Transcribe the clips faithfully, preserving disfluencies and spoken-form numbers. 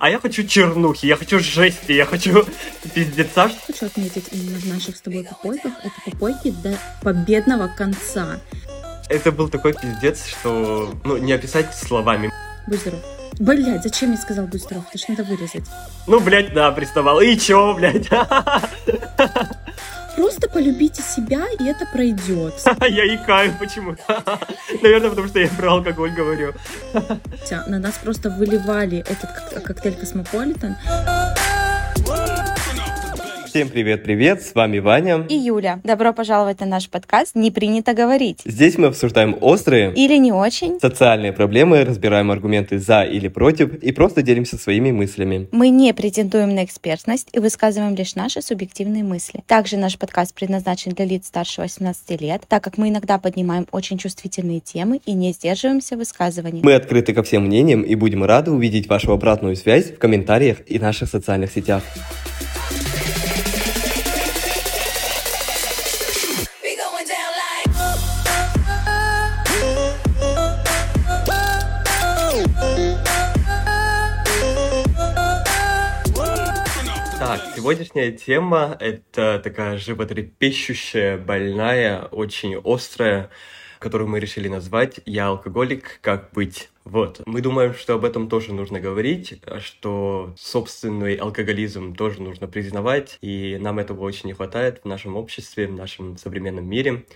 А я хочу чернухи, я хочу жести, я хочу пиздеца. Хочу отметить именно в наших с тобой попойках, это попойки до победного конца. Это был такой пиздец, что, ну, не описать словами. Будь здоров. Блядь, зачем я сказал будь здоров? Это ж надо вырезать. Ну, блядь, да, приставал. И чё, блядь? Просто полюбите себя, и это пройдет. Я икаю почему-то. Наверное, потому что я про алкоголь говорю. На нас просто выливали этот коктейль Космополитен. Всем привет-привет, с вами Ваня и Юля. Добро пожаловать на наш подкаст «Не принято говорить». Здесь мы обсуждаем острые или не очень социальные проблемы, разбираем аргументы за или против и просто делимся своими мыслями. Мы не претендуем на экспертность и высказываем лишь наши субъективные мысли. Также наш подкаст предназначен для лиц старше восемнадцати лет, так как мы иногда поднимаем очень чувствительные темы и не сдерживаемся в высказывании. Мы открыты ко всем мнениям и будем рады увидеть вашу обратную связь в комментариях и наших социальных сетях. Так, сегодняшняя тема — это такая животрепещущая, больная, очень острая, которую мы решили назвать «Я алкоголик. Как быть?». Вот. Мы думаем, что об этом тоже нужно говорить, что собственный алкоголизм тоже нужно признавать, и нам этого очень не хватает в нашем обществе, в нашем современном мире.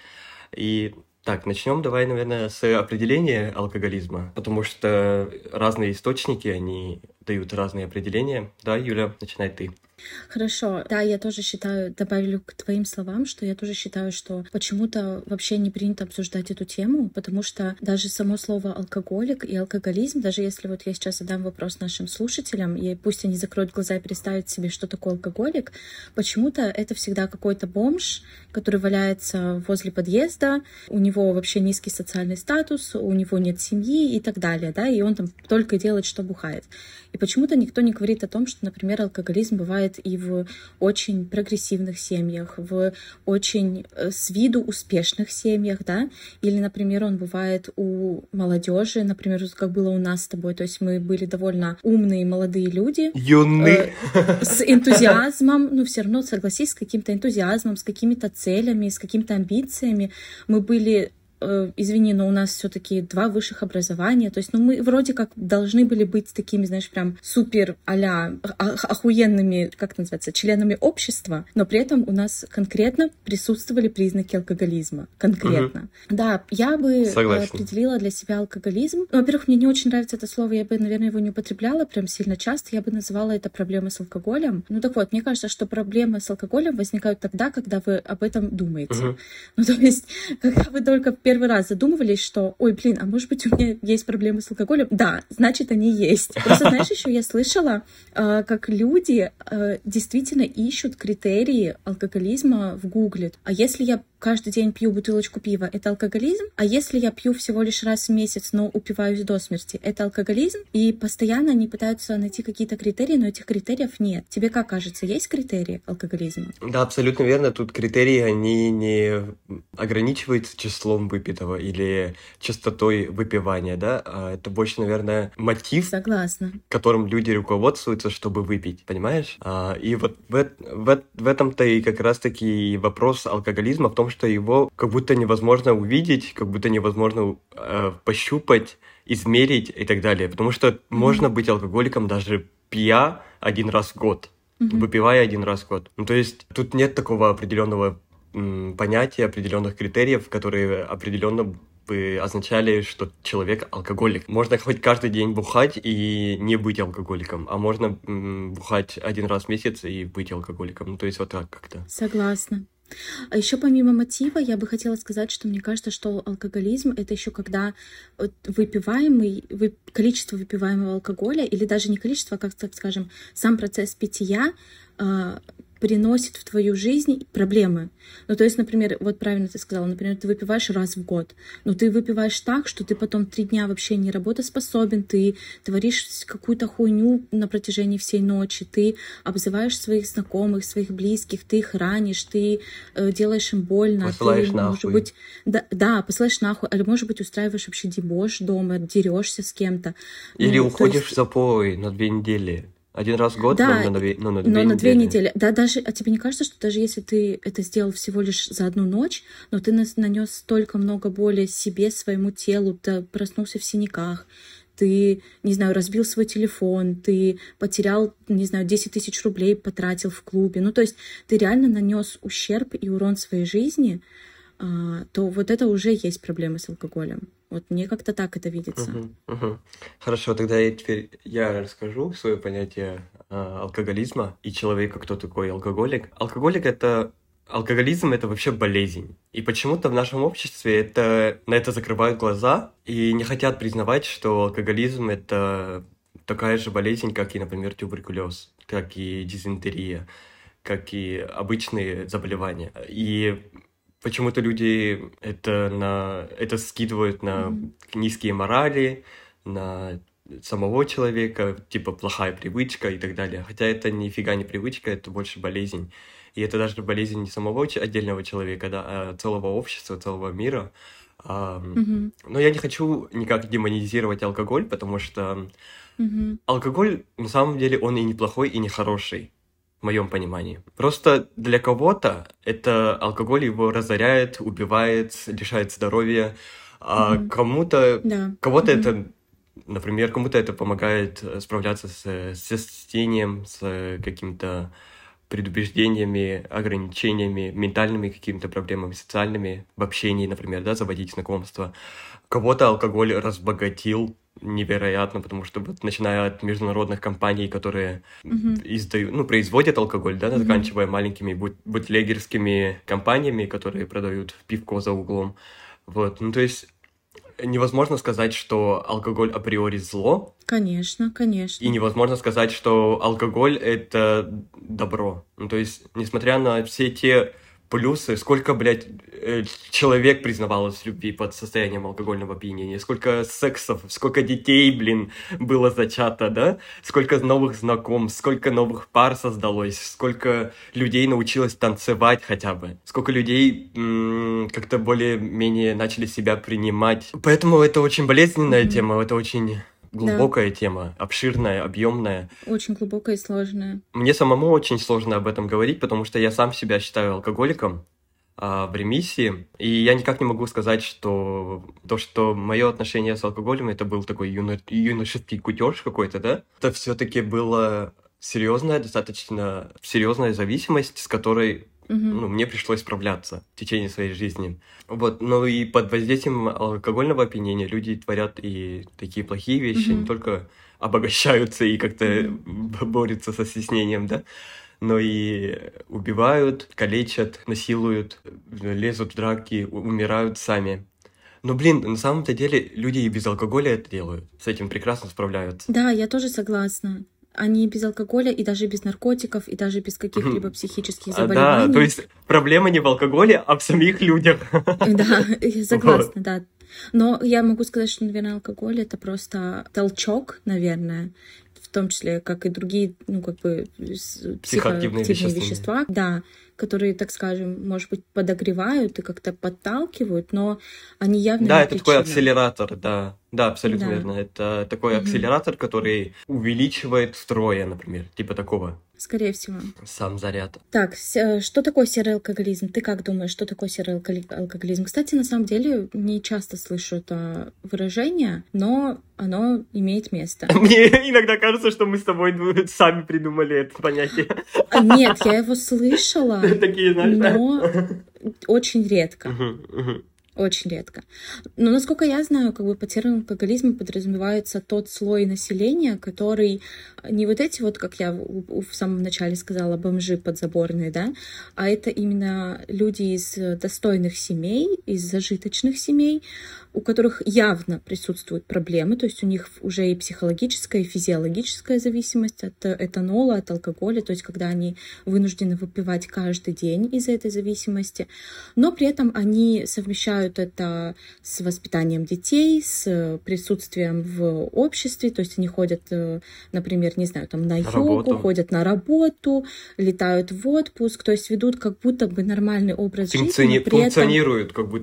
И так, начнем давай, наверное, с определения алкоголизма, потому что разные источники, они дают разные определения. Да, Юля, начинай ты. Хорошо. Да, я тоже считаю, добавлю к твоим словам, что я тоже считаю, что почему-то вообще не принято обсуждать эту тему, потому что даже само слово алкоголик и алкоголизм, даже если вот я сейчас задам вопрос нашим слушателям, и пусть они закроют глаза и представят себе, что такое алкоголик, почему-то это всегда какой-то бомж, который валяется возле подъезда, у него вообще низкий социальный статус, у него нет семьи и так далее, да, и он там только делает, что бухает. И почему-то никто не говорит о том, что, например, алкоголизм бывает и в очень прогрессивных семьях, в очень с виду успешных семьях, да, или, например, он бывает у молодежи, например, как было у нас с тобой, то есть мы были довольно умные молодые люди. Юные. Э, с энтузиазмом, ну, все равно, согласись, с каким-то энтузиазмом, с какими-то целями, с какими-то амбициями. Мы были... Извини, но у нас все-таки два высших образования. То есть, ну, мы вроде как должны были быть такими, знаешь, прям супер а-ля охуенными, как это называется, членами общества, но при этом у нас конкретно присутствовали признаки алкоголизма. Конкретно. Угу. Да, я бы Согласен. определила для себя алкоголизм. Ну, во-первых, мне не очень нравится это слово, я бы, наверное, его не употребляла прям сильно часто. Я бы называла это проблемой с алкоголем. Ну, так вот, мне кажется, что проблемы с алкоголем возникают тогда, когда вы об этом думаете. Угу. Ну, то есть, когда вы только первый раз задумывались, что, ой, блин, а может быть у меня есть проблемы с алкоголем? Да, значит, они есть. Просто, знаешь, еще я слышала, э, как люди э, действительно ищут критерии алкоголизма в Гугле. А если я каждый день пью бутылочку пива, это алкоголизм? А если я пью всего лишь раз в месяц, но упиваюсь до смерти, это алкоголизм? И постоянно они пытаются найти какие-то критерии, но этих критериев нет. Тебе как кажется, есть критерии алкоголизма? Да, абсолютно верно. Тут критерии, они не ограничиваются числом выпитого или частотой выпивания, да? А это больше, наверное, мотив, Согласна. которым люди руководствуются, чтобы выпить, понимаешь? А, и вот в, в, в этом-то и как раз-таки вопрос алкоголизма в том, что его как будто невозможно увидеть, как будто невозможно э, пощупать, измерить и так далее. Потому что mm-hmm. можно быть алкоголиком даже пья один раз в год, mm-hmm. выпивая один раз в год. Ну, то есть тут нет такого определенного м, понятия, определенных критериев, которые определенно бы означали, что человек алкоголик. Можно хоть каждый день бухать и не быть алкоголиком, а можно м, бухать один раз в месяц и быть алкоголиком. Ну, то есть вот так как-то. Согласна. А еще помимо мотива, я бы хотела сказать, что мне кажется, что алкоголизм — это еще когда выпиваемый, вы, количество выпиваемого алкоголя, или даже не количество, а, как так скажем, сам процесс питья э, приносит в твою жизнь проблемы. Ну, то есть, например, вот правильно ты сказала, например, ты выпиваешь раз в год, но ты выпиваешь так, что ты потом три дня вообще не работоспособен, ты творишь какую-то хуйню на протяжении всей ночи, ты обзываешь своих знакомых, своих близких, ты их ранишь, ты э, делаешь им больно, посылаешь ты, нахуй. Может быть, да, да, посылаешь нахуй, или, может быть, устраиваешь вообще дебош дома, дерешься с кем-то. Или ну, уходишь есть... в запой на две недели. Один раз в год, Да, но на две, но на но две на две недели. недели. Да, даже, а тебе не кажется, что даже если ты это сделал всего лишь за одну ночь, но ты нас- нанес столько много боли себе, своему телу, ты проснулся в синяках, ты, не знаю, разбил свой телефон, ты потерял, не знаю, десять тысяч рублей потратил в клубе. Ну, то есть ты реально нанес ущерб и урон своей жизни, а, то вот это уже есть проблемы с алкоголем. Вот мне как-то так это видится. Мгм, мгм. Хорошо, тогда я теперь я расскажу свое понятие а, алкоголизма и человека, кто такой алкоголик. Алкоголик это алкоголизм это вообще болезнь. И почему-то в нашем обществе это на это закрывают глаза и не хотят признавать, что алкоголизм это такая же болезнь, как и, например, туберкулез, как и дизентерия, как и обычные заболевания. И почему-то люди это, на, это скидывают на Мгм. низкие морали, на самого человека, типа плохая привычка и так далее. Хотя это нифига не привычка, это больше болезнь. И это даже болезнь не самого ч- отдельного человека, да, а целого общества, целого мира. Ам, Мгм. Но я не хочу никак демонизировать алкоголь, потому что Мгм. алкоголь, на самом деле, он и не плохой, и не хороший, в моем понимании. Просто для кого-то это алкоголь его разоряет, убивает, лишает здоровья, а Мгм. кому-то, Да. кого-то Мгм. это, например, кому-то это помогает э, справляться с, э, с чтением, с э, какими-то предубеждениями, ограничениями, ментальными какими-то проблемами, социальными, в общении, например, да, заводить знакомства. Кого-то алкоголь разбогатил невероятно, потому что вот начиная от международных компаний, которые Мгм. издают, ну, производят алкоголь, да, Мгм. заканчивая маленькими бут- бутлегерскими компаниями, которые продают пивко за углом. Вот, ну, то есть невозможно сказать, что алкоголь априори зло, Конечно, и конечно. невозможно сказать, что алкоголь это добро. Ну, то есть, несмотря на все те плюсы, сколько, блядь, э, человек признавалось в любви под состоянием алкогольного опьянения, сколько сексов, сколько детей, блин, было зачато, да? Сколько новых знакомств, сколько новых пар создалось, сколько людей научилось танцевать хотя бы, сколько людей м, как-то более-менее начали себя принимать. Поэтому это очень болезненная Мгм. тема, это очень Да, глубокая тема, обширная, объемная. очень глубокая и сложная. Мне самому очень сложно об этом говорить, потому что я сам себя считаю алкоголиком а, в ремиссии, и я никак не могу сказать, что то, что мое отношение с алкоголем, это был такой юно- юношеский кутеж какой-то, да? Это все-таки была серьезная, достаточно серьезная зависимость, с которой Мгм. ну, мне пришлось справляться в течение своей жизни. Вот, ну и под воздействием алкогольного опьянения люди творят и такие плохие вещи, не Мгм. только обогащаются и как-то Мгм. б- борются со стеснением, да, но и убивают, калечат, насилуют, лезут в драки, у- умирают сами. Но, блин, на самом-то деле люди и без алкоголя это делают, с этим прекрасно справляются. Да, я тоже согласна. Они без алкоголя и даже без наркотиков, и даже без каких-либо психических А, да, то заболеваний. есть проблема не в алкоголе, а в самих людях. Да, я Вот. согласна, да. Но я могу сказать, что, наверное, алкоголь — это просто толчок, наверное, в том числе, как и другие, ну, как бы, с- Психоактивные психоактивные вещества. вещества, да, которые, так скажем, может быть, подогревают и как-то подталкивают, но они явно Да, не это такой причина. акселератор, да. Да, абсолютно Да. верно. Это такой Мгм. акселератор, который увеличивает втрое, например. Типа такого. Скорее всего. Сам заряд. Так, с- э, что такое серый алкоголизм? Ты как думаешь, что такое серый алколи- алкоголизм? Кстати, на самом деле, не часто слышу это выражение, но оно имеет место. Мне иногда кажется, что мы с тобой сами придумали это понятие. А, Нет, я его слышала, Такие, знаешь, да? но очень редко. Мгм, мгм. Очень редко. Но, насколько я знаю, как бы под термином алкоголизм подразумевается тот слой населения, который не вот эти вот, как я в, в- в самом начале сказала, бомжи подзаборные, да, а это именно люди из э, достойных семей, из зажиточных семей, у которых явно присутствуют проблемы, то есть у них уже и психологическая, и физиологическая зависимость от э, этанола, от алкоголя, то есть когда они вынуждены выпивать каждый день из-за этой зависимости, но при этом они совмещают это с воспитанием детей, с присутствием в обществе, то есть они ходят, э, например, не знаю, там на На йогу, работу. ходят на работу, летают в отпуск, то есть ведут как будто бы нормальный образ жизни, Функциони- но при этом Функционируют как будто.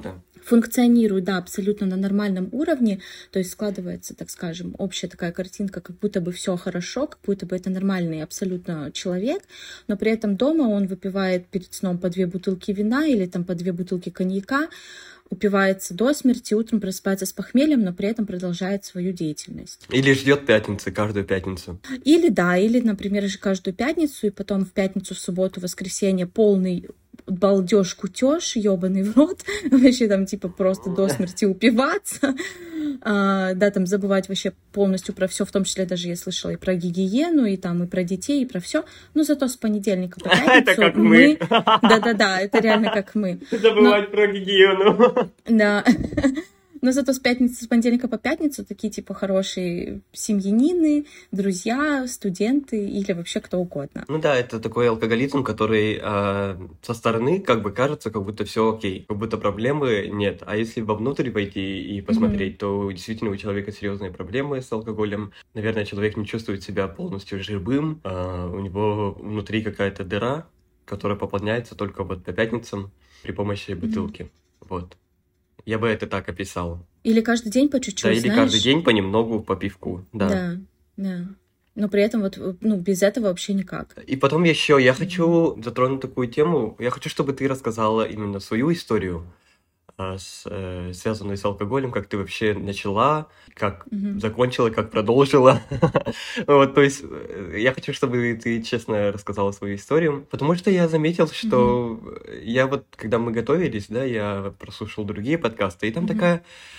функционируют, да, абсолютно на нормальном уровне, то есть складывается, так скажем, общая такая картинка, как будто бы все хорошо, как будто бы это нормальный абсолютно человек, но при этом дома он выпивает перед сном по две бутылки вина или там по две бутылки коньяка, упивается до смерти, утром просыпается с похмельем, но при этом продолжает свою деятельность. Или ждет пятницы, каждую пятницу. Или да, или, например, же каждую пятницу, и потом в пятницу, в субботу, в воскресенье полный балдеж, кутеж, ебаный в рот, вообще там типа просто до смерти упиваться, а, да, там забывать вообще полностью про все, в том числе даже я слышала и про гигиену, и там и про детей, и про все, но зато с понедельника по пятницу это как мы. Да-да-да, это реально как мы. Забывать но... про гигиену. Да. Но зато с пятницы, с понедельника по пятницу такие типа хорошие семьянины, друзья, студенты или вообще кто угодно. Ну да, это такой алкоголизм, который э, со стороны как бы кажется, как будто все окей, как будто проблемы нет. А если вовнутрь пойти и посмотреть, mm-hmm. то действительно у человека серьезные проблемы с алкоголем. Наверное, человек не чувствует себя полностью живым, э, у него внутри какая-то дыра, которая пополняется только вот по пятницам при помощи бутылки. Mm-hmm. Вот. Я бы это так описал. Или каждый день по чуть-чуть, Да, или знаешь? каждый день понемногу по пивку, да. Да, да. Но при этом вот, ну, без этого вообще никак. И потом еще я хочу затронуть такую тему. Я хочу, чтобы ты рассказала именно свою историю, с, э, связанную с алкоголем, как ты вообще начала, как mm-hmm. закончила, как продолжила. Вот, то есть я хочу, чтобы ты честно рассказала свою историю, потому что я заметил, что mm-hmm. я вот, когда мы готовились, да, я прослушал другие подкасты, и там mm-hmm. такая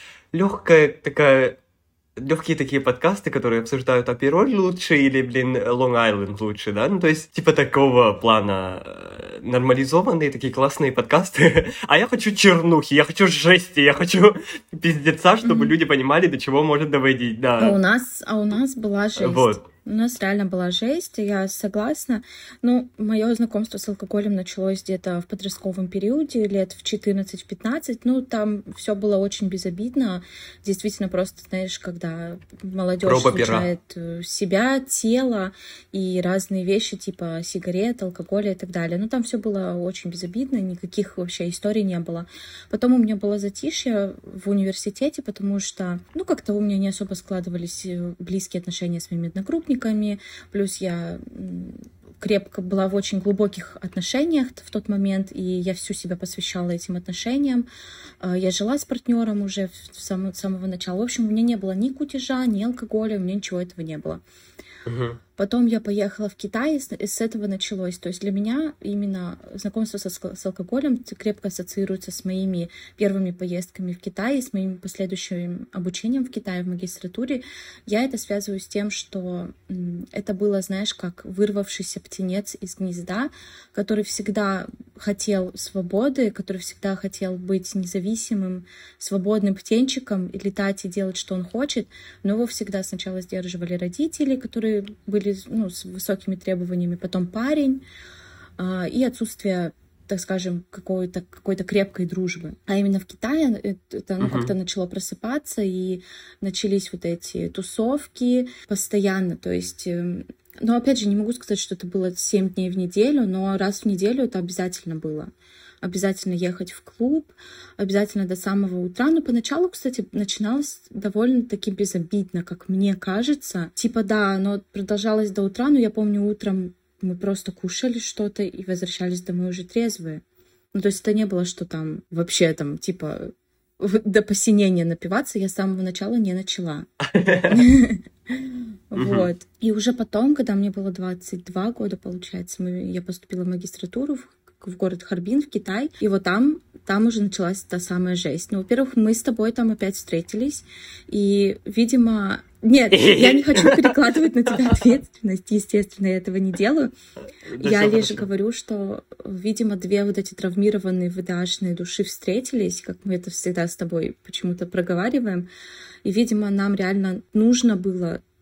легкая такая легкие такие подкасты, которые обсуждают Апероль лучше или, блин, Лонг-Айленд лучше, да? Ну, то есть, типа такого плана нормализованные такие классные подкасты. А я хочу чернухи, я хочу жести, я хочу пиздеца, чтобы mm-hmm. люди понимали, до чего может доводить, да. А у нас, а у нас была жесть. Вот. У нас реально была жесть, я согласна. Ну, мое знакомство с алкоголем началось где-то в подростковом периоде, лет в четырнадцать-пятнадцать. Ну, там все было очень безобидно. Действительно, просто, знаешь, когда молодежь изучает себя, тело и разные вещи, типа сигарет, алкоголя и так далее. Ну, там все было очень безобидно, никаких вообще историй не было. Потом у меня было затишье в университете, потому что, ну, как-то у меня не особо складывались близкие отношения с моими одногруппниками. Плюс я крепко была в очень глубоких отношениях в тот момент, и я всю себя посвящала этим отношениям. Я жила с партнером уже с самого, с самого начала. В общем, у меня не было ни кутежа, ни алкоголя, у меня ничего этого не было. Uh-huh. Потом я поехала в Китай, и с этого началось. То есть для меня именно знакомство со, с алкоголем крепко ассоциируется с моими первыми поездками в Китай, с моим последующим обучением в Китае в магистратуре. Я это связываю с тем, что это было, знаешь, как вырвавшийся птенец из гнезда, который всегда хотел свободы, который всегда хотел быть независимым, свободным птенчиком и летать и делать, что он хочет, но его всегда сначала сдерживали родители, которые были, ну, с высокими требованиями, потом парень, э, и отсутствие, так скажем, какой-то, какой-то крепкой дружбы. А именно в Китае это ну, uh-huh. как-то начало просыпаться, и начались вот эти тусовки постоянно, то есть... Э, но, опять же, не могу сказать, что это было семь дней в неделю, но раз в неделю это обязательно было. Обязательно ехать в клуб, обязательно до самого утра. Но поначалу, кстати, начиналось довольно-таки безобидно, как мне кажется. Типа, да, оно продолжалось до утра, но я помню, утром мы просто кушали что-то и возвращались домой уже трезвые. Ну, то есть это не было, что там вообще там, типа, до посинения напиваться я с самого начала не начала. Вот. И уже потом, когда мне было двадцать два года, получается, я поступила в магистратуру в город Харбин, в Китай. И вот там, там уже началась та самая жесть. Ну, во-первых, мы с тобой там опять встретились. И, видимо... Нет, я не хочу перекладывать на тебя ответственность. Естественно, я этого не делаю. Да, я лишь хорошо. Говорю, что, видимо, две вот эти травмированные ви ди аш-ные души встретились, как мы это всегда с тобой почему-то проговариваем. И, видимо, нам реально нужно было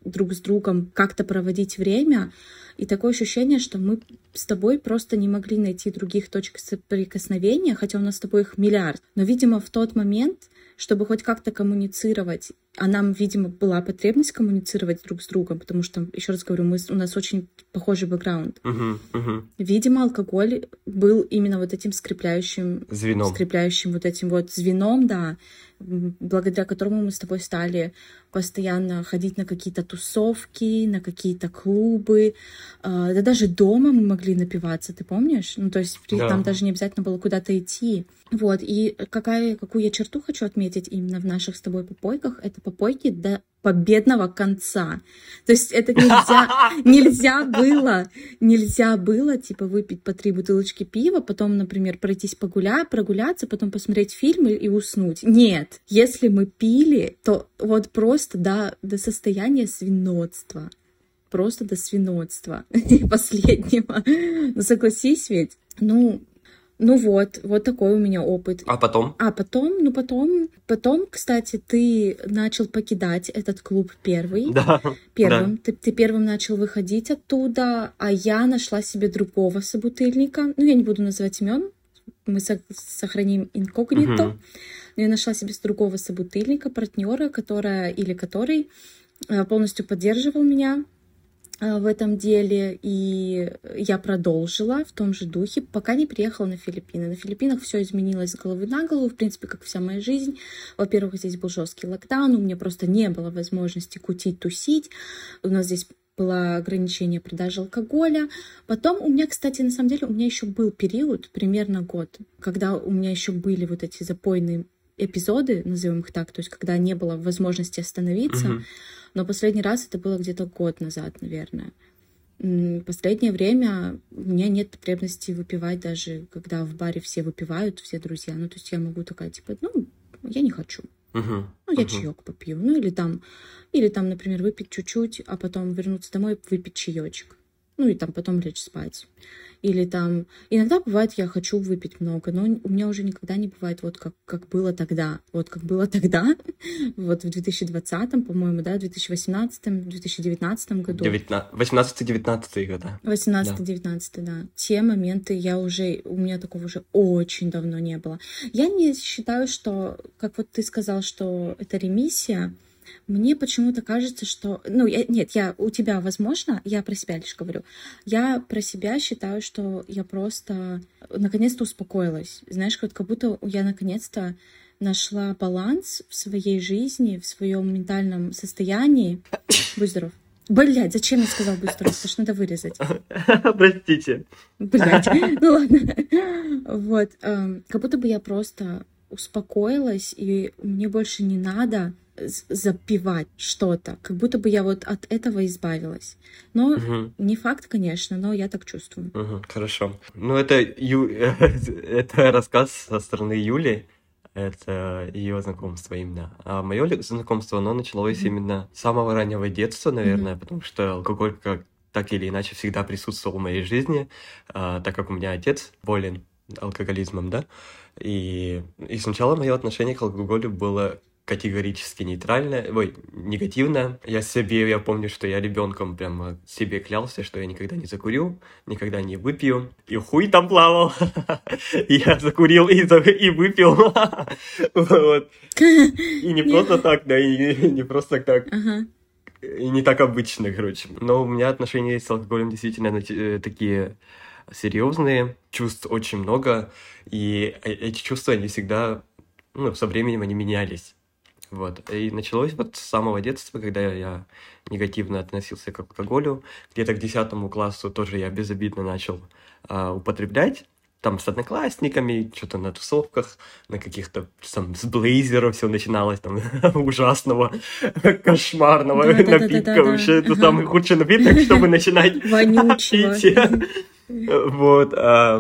друг с другом как-то проводить время. И такое ощущение, что мы с тобой просто не могли найти других точек соприкосновения, хотя у нас с тобой их миллиард. Но, видимо, в тот момент, чтобы хоть как-то коммуницировать, а нам, видимо, была потребность коммуницировать друг с другом, потому что, еще раз говорю, мы, у нас очень похожий бэкграунд. Uh-huh, uh-huh. Видимо, алкоголь был именно вот этим скрепляющим звеном, скрепляющим вот этим вот звеном, да, благодаря которому мы с тобой стали постоянно ходить на какие-то тусовки, на какие-то клубы. Да даже дома мы могли напиваться, ты помнишь? Ну, то есть да. Там даже не обязательно было куда-то идти. Вот, и какая, какую я черту хочу отметить именно в наших с тобой попойках, это попойки до победного конца. То есть это нельзя, нельзя было, нельзя было, типа, выпить по три бутылочки пива, потом, например, пройтись погулять, прогуляться, потом посмотреть фильм и, и уснуть. Нет. Если мы пили, то вот просто до, до состояния свинотства. Просто до свинотства. Последнего. Ну, согласись ведь. Ну... Ну вот, вот такой у меня опыт. А потом? А потом, ну потом, потом, кстати, ты начал покидать этот клуб первый. Да. Первым. Да. Ты, ты первым начал выходить оттуда, а я нашла себе другого собутыльника. Ну, я не буду называть имен, мы со- сохраним инкогнито. Угу. Но я нашла себе другого собутыльника, партнера, которая или который полностью поддерживал меня в этом деле, и я продолжила в том же духе, пока не приехала на Филиппины. На Филиппинах все изменилось с головы на голову, в принципе, как вся моя жизнь. Во-первых, здесь был жесткий локдаун, у меня просто не было возможности кутить, тусить. У нас здесь было ограничение продажи алкоголя. Потом у меня, кстати, на самом деле, у меня еще был период, примерно год, когда у меня еще были вот эти запойные эпизоды, назовем их так, то есть когда не было возможности остановиться. Mm-hmm. Но последний раз это было где-то год назад, наверное. Последнее время у меня нет потребности выпивать, даже когда в баре все выпивают, все друзья. Ну, то есть я могу такая, типа, ну, я не хочу. Uh-huh. Ну, я uh-huh. чаек попью. Ну, или там, или там, например, выпить чуть-чуть, а потом вернуться домой, выпить чаечек. Ну, и там потом лечь спать. Или там... Иногда бывает, я хочу выпить много, но у меня уже никогда не бывает вот как, как было тогда. Вот как было тогда, вот в две тысячи двадцатом, по-моему, да, две тысячи восемнадцатом, две тысячи девятнадцатом году. восемнадцатый-девятнадцатый года. восемнадцатый-девятнадцатый, да. да. Те моменты я уже... У меня такого уже очень давно не было. Я не считаю, что... Как вот ты сказал, что это ремиссия. Мне почему-то кажется, что... Ну, я, нет, я у тебя, возможно, я про себя лишь говорю. Я про себя считаю, что я просто наконец-то успокоилась. Знаешь, вот как будто я наконец-то нашла баланс в своей жизни, в своем ментальном состоянии. Будь здоров. Блядь, зачем я сказала будь здоров? Потому что надо вырезать. Простите. Блядь, ну ладно. Вот. Как будто бы я просто успокоилась, и мне больше не надо запивать что-то, как будто бы я вот от этого избавилась. Но угу. не факт, конечно, но я так чувствую. Угу, хорошо. Ну, это, Ю... это рассказ со стороны Юли, это ее знакомство именно. А мое знакомство, оно началось угу. именно с самого раннего детства, наверное, угу. потому что алкоголь как так или иначе всегда присутствовал в моей жизни, а, так как у меня отец болен алкоголизмом, да, и, и сначала мое отношение к алкоголю было категорически нейтральное, ой, негативное. Я себе, я помню, что я ребенком прямо себе клялся, что я никогда не закурю, никогда не выпью. И хуй там плавал. Я закурил и, и выпил. Вот. И не просто так, да, и не просто так. И не так обычно, короче. Но у меня отношения с алкоголем действительно такие серьезные. Чувств очень много. И эти чувства, они всегда, ну, со временем они менялись. Вот. И началось вот с самого детства, когда я негативно относился к алкоголю. Где-то к десятому классу тоже я безобидно начал а, употреблять. Там с одноклассниками, что-то на тусовках, на каких-то там с блейзера все начиналось, там ужасного, кошмарного да, напитка. Да, да, да, Вообще, да. это ага. самый худший напиток, чтобы начинать пить. Вот.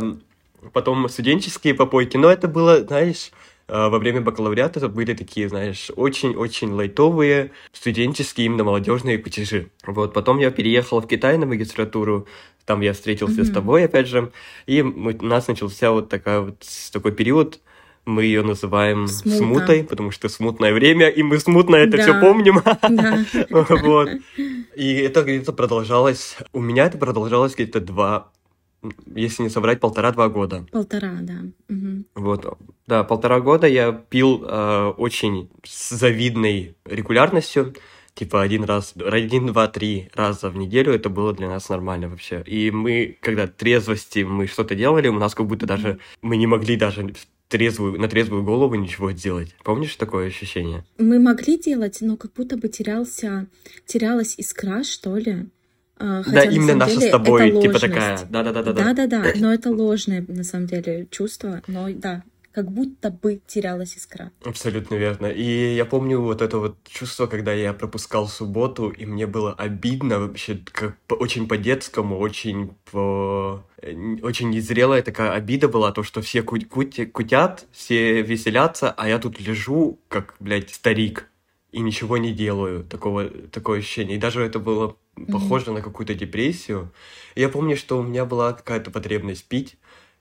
Потом студенческие попойки. Но это было, знаешь... Во время бакалавриата это были такие, знаешь, очень-очень лайтовые студенческие, именно молодежные кутежи. Вот, потом я переехал в Китай на магистратуру, там я встретился mm-hmm. с тобой, опять же, и мы, у нас начался вот, такая вот, такой период Мы ее называем Смута. смутой, потому что смутное время, и мы смутно это Да. все помним. Да. Вот. И это где-то продолжалось... У меня это продолжалось где-то два... Если не соврать, полтора-два года. Полтора, да. Мгм. Вот. Да, полтора года я пил э, очень с завидной регулярностью. Типа один раз, один, два, три раза в неделю. Это было для нас нормально вообще. И мы, когда трезвости мы что-то делали, у нас как будто даже... Мы не могли даже в трезвую, на трезвую голову ничего сделать. Помнишь такое ощущение? Мы могли делать, но как будто бы терялся, терялась искра, что ли. А, Да, Хотя на именно самом наша деле с тобой, это типа такая. ложность. Да-да-да-да-да. Да-да-да, но это ложное на самом деле чувство. Но да, как будто бы терялась искра. Абсолютно верно. И я помню вот это вот чувство, когда я пропускал субботу, и мне было обидно вообще, как по- очень по-детскому, очень по... э, очень незрелая такая обида была, то, что все ку- кути- кутят, все веселятся, а я тут лежу, как, блядь, старик, и ничего не делаю. Такого, такое ощущение. И даже это было похоже на какую-то депрессию. И я помню, что у меня была какая-то потребность пить.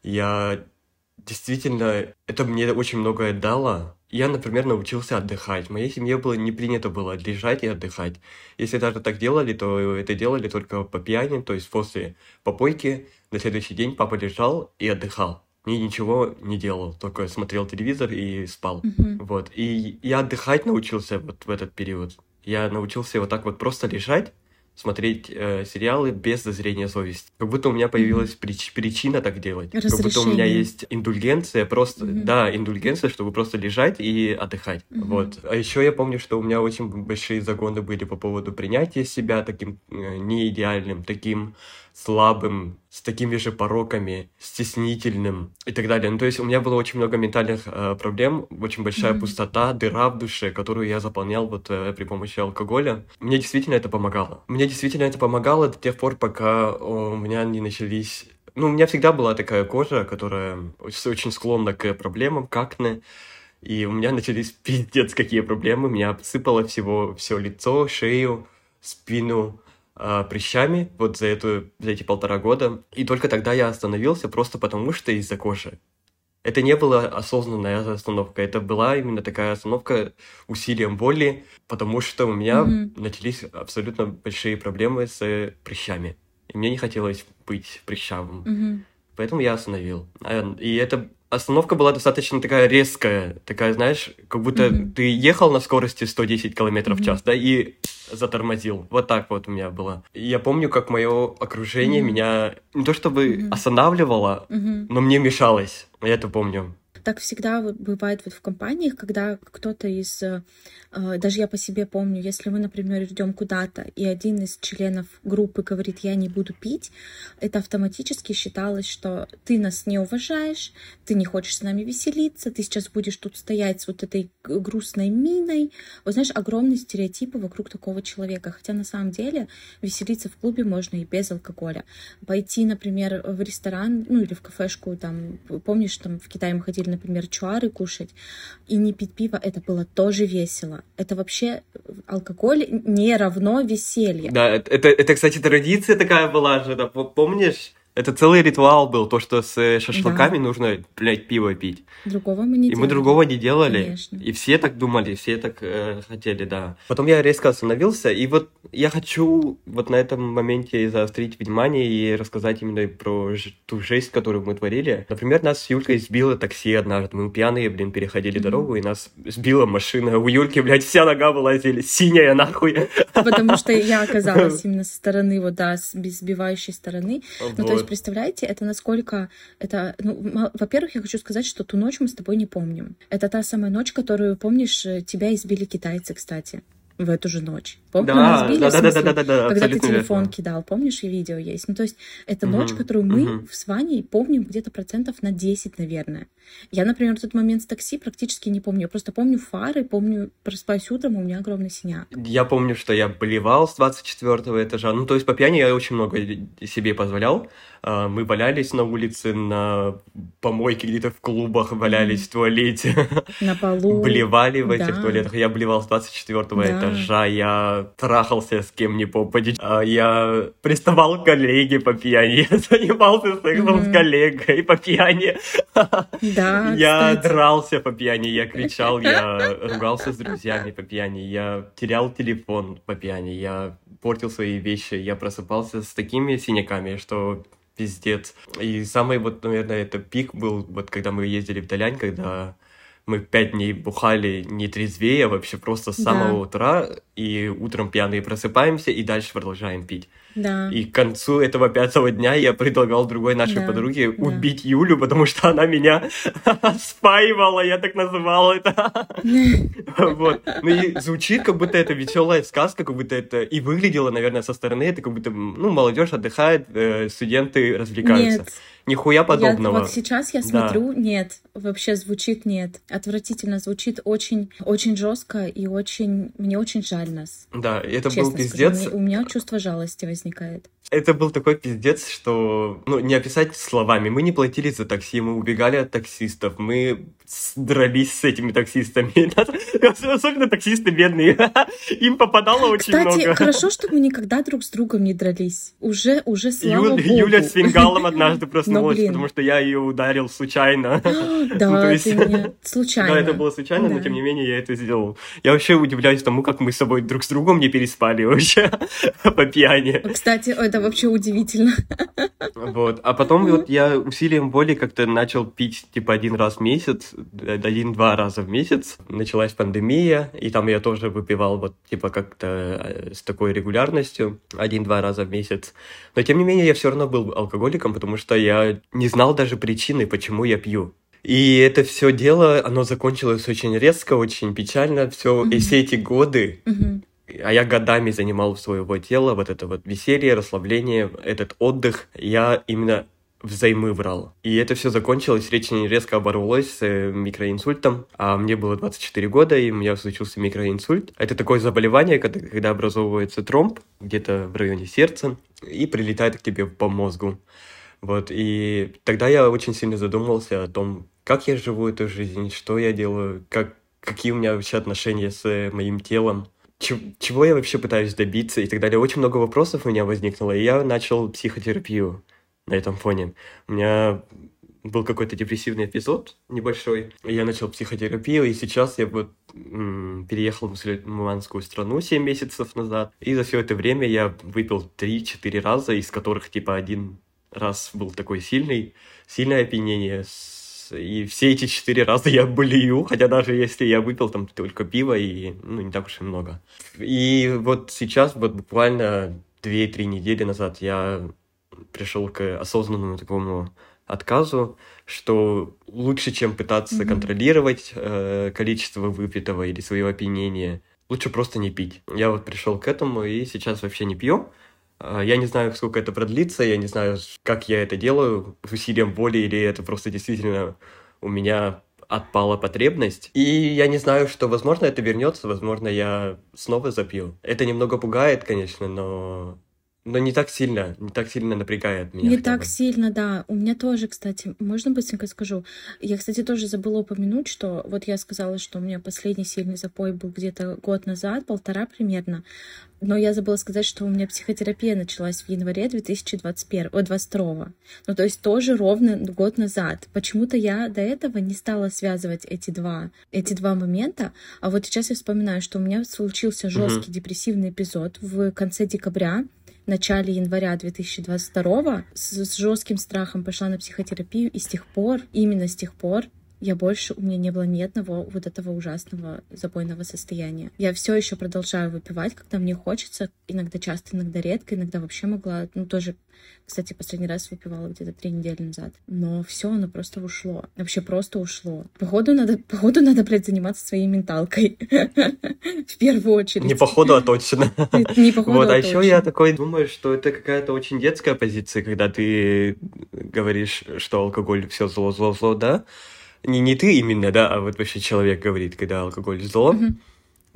Я действительно, это мне очень многое дало. Я, например, научился отдыхать. В моей семье было не принято было лежать и отдыхать. Если даже так делали, то это делали только по пьяни, то есть после попойки на следующий день папа лежал и отдыхал. И ничего не делал, только смотрел телевизор и спал. Мгм. Вот. И я отдыхать научился вот в этот период. Я научился вот так вот просто лежать, смотреть э, сериалы без зазрения совести. Как будто у меня появилась прич- причина так делать. Как будто у меня Разрешение. есть индульгенция, просто, Мгм. да, индульгенция, чтобы просто лежать и отдыхать. Мгм. Вот. А еще я помню, что у меня очень большие загоны были по поводу принятия себя таким э, неидеальным, таким слабым, с такими же пороками, стеснительным и так далее. Ну, то есть у меня было очень много ментальных э, проблем, очень большая Мгм. пустота, дыра в душе, которую я заполнял вот э, при помощи алкоголя. Мне действительно это помогало. Мне действительно это помогало до тех пор, пока о, у меня не начались... Ну, у меня всегда была такая кожа, которая очень очень склонна к проблемам, к акне. И у меня начались пиздец какие проблемы. Меня обсыпало всего все лицо, шею, спину а, прыщами вот за, эту, за эти полтора года. И только тогда я остановился, просто потому что из-за кожи. Это не была осознанная остановка, это была именно такая остановка усилием воли, потому что у меня Мгм. начались абсолютно большие проблемы с прыщами. И мне не хотелось быть прыщавым. Мгм. Поэтому я остановил. А, И эта остановка была достаточно такая резкая, такая, знаешь, как будто Мгм. ты ехал на скорости сто десять километров в Мгм. час, да, и затормозил. Вот так вот у меня было. И я помню, как мое окружение Мгм. меня не то чтобы Мгм. останавливало, Мгм. но мне мешалось. Я это помню. Так всегда вот бывает вот в компаниях, когда кто-то из... э, э, Даже я по себе помню, если мы, например, идем куда-то, и один из членов группы говорит, я не буду пить, это автоматически считалось, что ты нас не уважаешь, ты не хочешь с нами веселиться, ты сейчас будешь тут стоять с вот этой г- грустной миной. Вот знаешь, огромные стереотипы вокруг такого человека. Хотя на самом деле веселиться в клубе можно и без алкоголя. Пойти, например, в ресторан, ну или в кафешку, там, помнишь, там в Китае мы ходили, например, чуары кушать, и не пить пиво, это было тоже весело. Это вообще алкоголь не равно веселье. Да, это, это, это, кстати, традиция такая была же, да, по- помнишь? Это целый ритуал был, то, что с э, шашлыками нужно, блядь, пиво пить. Другого мы не И делали. мы другого не делали. Конечно. И все так думали, все так э, хотели, да. Потом я резко остановился, и вот я хочу вот на этом моменте заострить внимание и рассказать именно про ж- ту жесть, которую мы творили. Например, нас с Юлькой сбило такси однажды. Мы пьяные, блин, переходили Мгм. дорогу, и нас сбила машина. У Юльки, блядь, вся нога была зелень- синяя, нахуй. Потому что я оказалась именно со стороны, вот да, с без- сбивающей стороны. Ну, то есть, Вот. представляете, это насколько... это, ну, м- Во-первых, я хочу сказать, что ту ночь мы с тобой не помним. Это та самая ночь, которую, помнишь, э, тебя избили китайцы, кстати, в эту же ночь. Помнишь, Да, нас избили, да, в да, да, смысле, да, да, да, когда ты абсолютно телефон верно. кидал, помнишь, и видео есть. Ну, то есть, это ночь, Мгм, которую мы мгм. с Ваней помним где-то процентов на десять, наверное. Я, например, тот момент с такси практически не помню. Я просто помню фары, помню, просыпаюсь утром, у меня огромный синяк. Я помню, что я блевал с двадцать четвёртого этажа. Ну, то есть по пьяни я очень много себе позволял. А, Мы валялись на улице, на помойке где-то в клубах, валялись в туалете, На полу. блевали в этих Да. туалетах. Я блевал с двадцать четвёртого Да, этажа, я трахался с кем ни попадя, а, я приставал к коллеге по пьяни, я занимался сексом Мгм. с коллегой по пьяни, Да, я кстати. дрался по пьяни, я кричал, я ругался с друзьями по пьяни, я терял телефон по пьяни, я портил свои вещи, я просыпался с такими синяками, что пиздец. И самый вот, наверное, это пик был, вот когда мы ездили в Далянь, когда мы пять дней бухали не трезвее, а вообще просто с самого Да, утра, и утром пьяные просыпаемся, и дальше продолжаем пить. да, И к концу этого пятого дня я предлагал другой нашей да, подруге да. убить Юлю, потому что она меня спаивала, я так называл это. Вот. Ну и звучит, как будто это веселая сказка, как будто это и выглядело, наверное, со стороны, это как будто, ну, молодежь отдыхает, э, студенты развлекаются. Нет, Нихуя я подобного. вот сейчас я Да. смотрю, нет, вообще звучит нет, отвратительно звучит, очень, очень жестко и очень, мне очень жаль нас, Да, это был честно скажу, пиздец. мне- у меня чувство жалости возникает. Это был такой пиздец, что, ну, не описать словами. Мы не платили за такси, мы убегали от таксистов, мы с- дрались с этими таксистами. Нас- Особенно таксисты бедные. Им попадало очень Кстати, много. хорошо, что мы никогда друг с другом не дрались. Уже, уже слава Ю- богу. Юля с фингалом однажды Но, проснулась, блин, потому что я ее ударил случайно. Ну, то да, есть, ты меня да, случайно. это было случайно, но Да. тем не менее я это сделал. Я вообще удивляюсь тому, как мы с собой друг с другом не переспали вообще по пьяни. Кстати, это вообще удивительно. Вот. А потом вот я усилием воли как-то начал пить типа один раз в месяц, э, один-два раза в месяц. Началась пандемия, и там я тоже выпивал вот типа как-то э, с такой регулярностью, один-два раза в месяц. Но тем не менее я все равно был алкоголиком, потому что я не знал даже причины, почему я пью. И это все дело, оно закончилось очень резко, очень печально. Все, и все Мгм. эти годы, Мгм. а я годами занимал своего тела, вот это вот веселье, расслабление, этот отдых, я именно взаймы брал. И это все закончилось, очень резко оборвалось с э, микроинсультом. А мне было двадцать четыре года, и у меня случился микроинсульт. Это такое заболевание, когда, когда образовывается тромб где-то в районе сердца и прилетает к тебе по мозгу. Вот, и тогда я очень сильно задумался о том, как я живу эту жизнь, что я делаю, как, какие у меня вообще отношения с э, моим телом, чё- чего я вообще пытаюсь добиться и так далее. Очень много вопросов у меня возникло, и я начал психотерапию на этом фоне. У меня был какой-то депрессивный эпизод небольшой, и я начал психотерапию, и сейчас я вот м, переехал в мусульманскую страну семь месяцев назад, и за все это время я выпил три-четыре раза, из которых типа один раз был такой сильный, сильное опьянение, с- и все эти четыре раза я болею, хотя даже если я выпил там только пиво, и ну, не так уж и много. И вот сейчас, вот буквально две-три недели назад я пришел к осознанному такому отказу, что лучше, чем пытаться Мгм. контролировать э, количество выпитого или своего опьянения, лучше просто не пить. Я вот пришел к этому и сейчас вообще не пью. А, Я не знаю, сколько это продлится, я не знаю, как я это делаю, с усилием воли, или это просто действительно у меня отпала потребность. И я не знаю, что, возможно, это вернется, возможно, я снова запью. Это немного пугает, конечно, но, но не так сильно, не так сильно напрягает меня Не хотя так бы. сильно, да. У меня тоже, кстати, можно быстренько скажу? Я, кстати, тоже забыла упомянуть, что вот я сказала, что у меня последний сильный запой был где-то год назад, полтора примерно. Но я забыла сказать, что у меня психотерапия началась в январе две тысячи двадцать первого, ой, двадцать второго. Ну, то есть тоже ровно год назад. Почему-то я до этого не стала связывать эти два, эти два момента. А вот сейчас я вспоминаю, что у меня случился Мгм. жесткий депрессивный эпизод в конце декабря, начале января две тысячи двадцать второго. С, с жестким страхом пошла на психотерапию, и с тех пор, именно с тех пор, я больше, у меня не было ни одного вот этого ужасного запойного состояния. Я все еще продолжаю выпивать, когда мне хочется, иногда часто, иногда редко, иногда вообще могла, ну тоже, кстати, последний раз выпивала где-то три недели назад. Но все, оно просто ушло. Вообще просто ушло. Походу надо, походу надо, блядь, заниматься своей менталкой. В первую очередь. Не походу, а точно. Не походу, Вот, а а еще я точно. такой думаю, что это какая-то очень детская позиция, когда ты говоришь, что алкоголь все зло, зло, зло, да? Не, не ты именно, да, а вот вообще человек говорит, когда алкоголь зло. Мгм.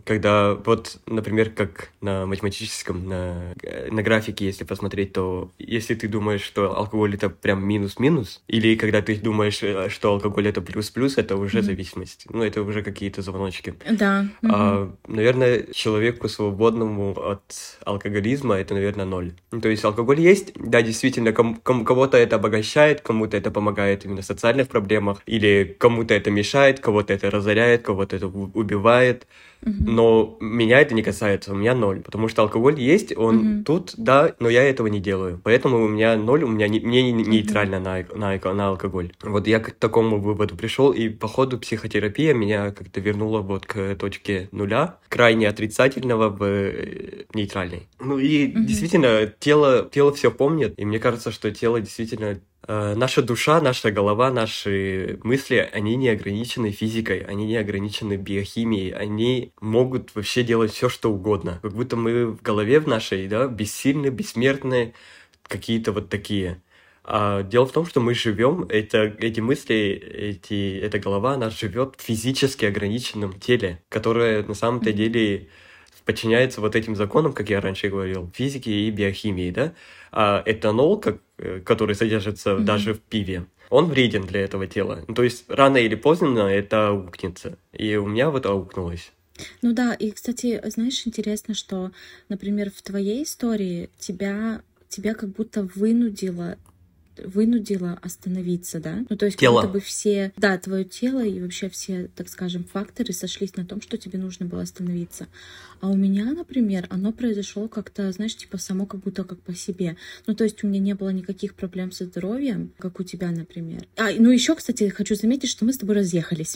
когда вот, например, как на математическом, на, на графике, если посмотреть, то если ты думаешь, что алкоголь это прям минус-минус, или когда ты думаешь, что алкоголь это плюс-плюс, это уже mm-hmm. зависимость. Ну, это уже какие-то звоночки. Да. Mm-hmm. А, наверное, человеку свободному от алкоголизма это, наверное, ноль. То есть алкоголь есть, да, действительно, ком- ком- кого-то это обогащает, кому-то это помогает именно в социальных проблемах, или кому-то это мешает, кого-то это разоряет, кого-то это убивает. Uh-huh. Но меня это не касается, у меня ноль, потому что алкоголь есть, он uh-huh. тут, да, но я этого не делаю. Поэтому у меня ноль, у меня не, мне нейтрально uh-huh. на, на, на алкоголь. Вот я к такому выводу пришел, и по ходу психотерапия меня как-то вернула вот к точке нуля, крайне отрицательного в нейтральной. Ну и uh-huh. действительно, тело, тело все помнит, и мне кажется, что тело действительно... Наша душа, наша голова, наши мысли, они не ограничены физикой, они не ограничены биохимией, они могут вообще делать все, что угодно. Как будто мы в голове в нашей, да, бессильны, бессмертны, какие-то вот такие. А дело в том, что мы живем, это, эти мысли, эти, эта голова, она живет в физически ограниченном теле, которое на самом-то деле подчиняется вот этим законам, как я раньше говорил, физики и биохимии, да. А этанол, как, который содержится mm-hmm. даже в пиве, он вреден для этого тела. То есть рано или поздно это аукнется. И у меня вот аукнулось. Ну да, и, кстати, знаешь, интересно, что, например, в твоей истории тебя, тебя как будто вынудило вынудила остановиться, да? Ну, то есть, тело. как будто бы все, да, твое тело и вообще все, так скажем, факторы сошлись на том, что тебе нужно было остановиться. А у меня, например, оно произошло как-то, знаешь, типа само как будто как по себе. Ну, то есть у меня не было никаких проблем со здоровьем, как у тебя, например. А, ну еще, кстати, хочу заметить, что мы с тобой разъехались.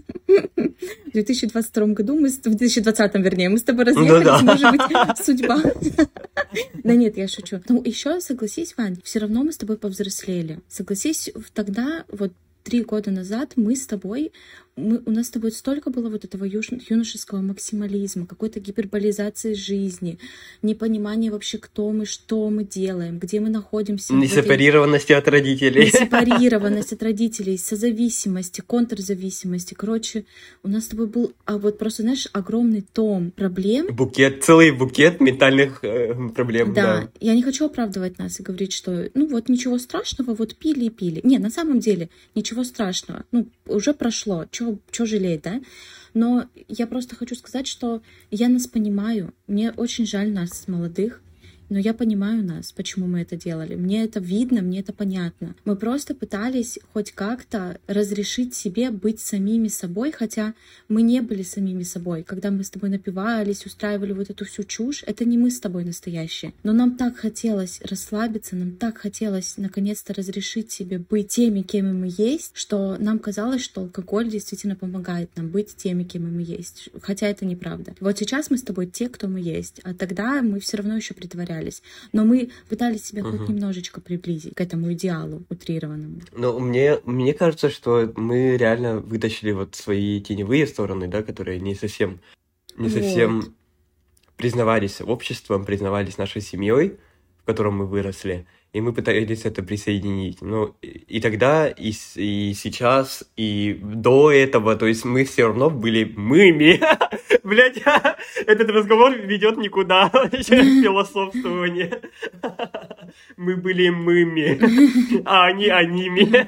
В две тысячи двадцать втором году, мы, в две тысячи двадцатом, вернее, мы с тобой разъехались, ну, да. Может быть, судьба. Да нет, я шучу. Ну, еще согласись, Вань, все равно мы с тобой повзрослели. Согласись, тогда, вот три года назад мы с тобой, мы, у нас с тобой столько было вот этого юношеского максимализма, какой-то гиперболизации жизни, непонимания вообще, кто мы, что мы делаем, где мы находимся. Несепарированности от родителей. Несепарированность от родителей, созависимости, контрзависимости. Короче, у нас с тобой был а вот просто, знаешь, огромный том проблем. Букет, целый букет ментальных э, проблем. Да. да, я не хочу оправдывать нас и говорить, что ну вот ничего страшного, вот пили и пили. Не, на самом деле ничего страшного. Ну, уже прошло. Чего Чего жалеть, да? Но я просто хочу сказать, что я нас понимаю. Мне очень жаль нас, молодых, но я понимаю нас, почему мы это делали. Мне это видно, мне это понятно. Мы просто пытались хоть как-то разрешить себе быть самими собой, хотя мы не были самими собой. Когда мы с тобой напивались, устраивали вот эту всю чушь, это не мы с тобой настоящие. Но нам так хотелось расслабиться, нам так хотелось наконец-то разрешить себе быть теми, кем мы есть, что нам казалось, что алкоголь действительно помогает нам быть теми, кем мы есть. Хотя это неправда. Вот сейчас мы с тобой те, кто мы есть, а тогда мы все равно еще притворялись. Но мы пытались себя uh-huh. хоть немножечко приблизить к этому идеалу утрированному. Но мне, мне кажется, что мы реально вытащили вот свои теневые стороны, да, которые не совсем, не вот. совсем признавались обществом, признавались нашей семьей, в котором мы выросли, и мы пытались это присоединить. Ну, и тогда, и, и сейчас, и до этого, то есть мы все равно были мыми. Блять, этот разговор ведет никуда. Философствование. Мы были мыми, а они аними.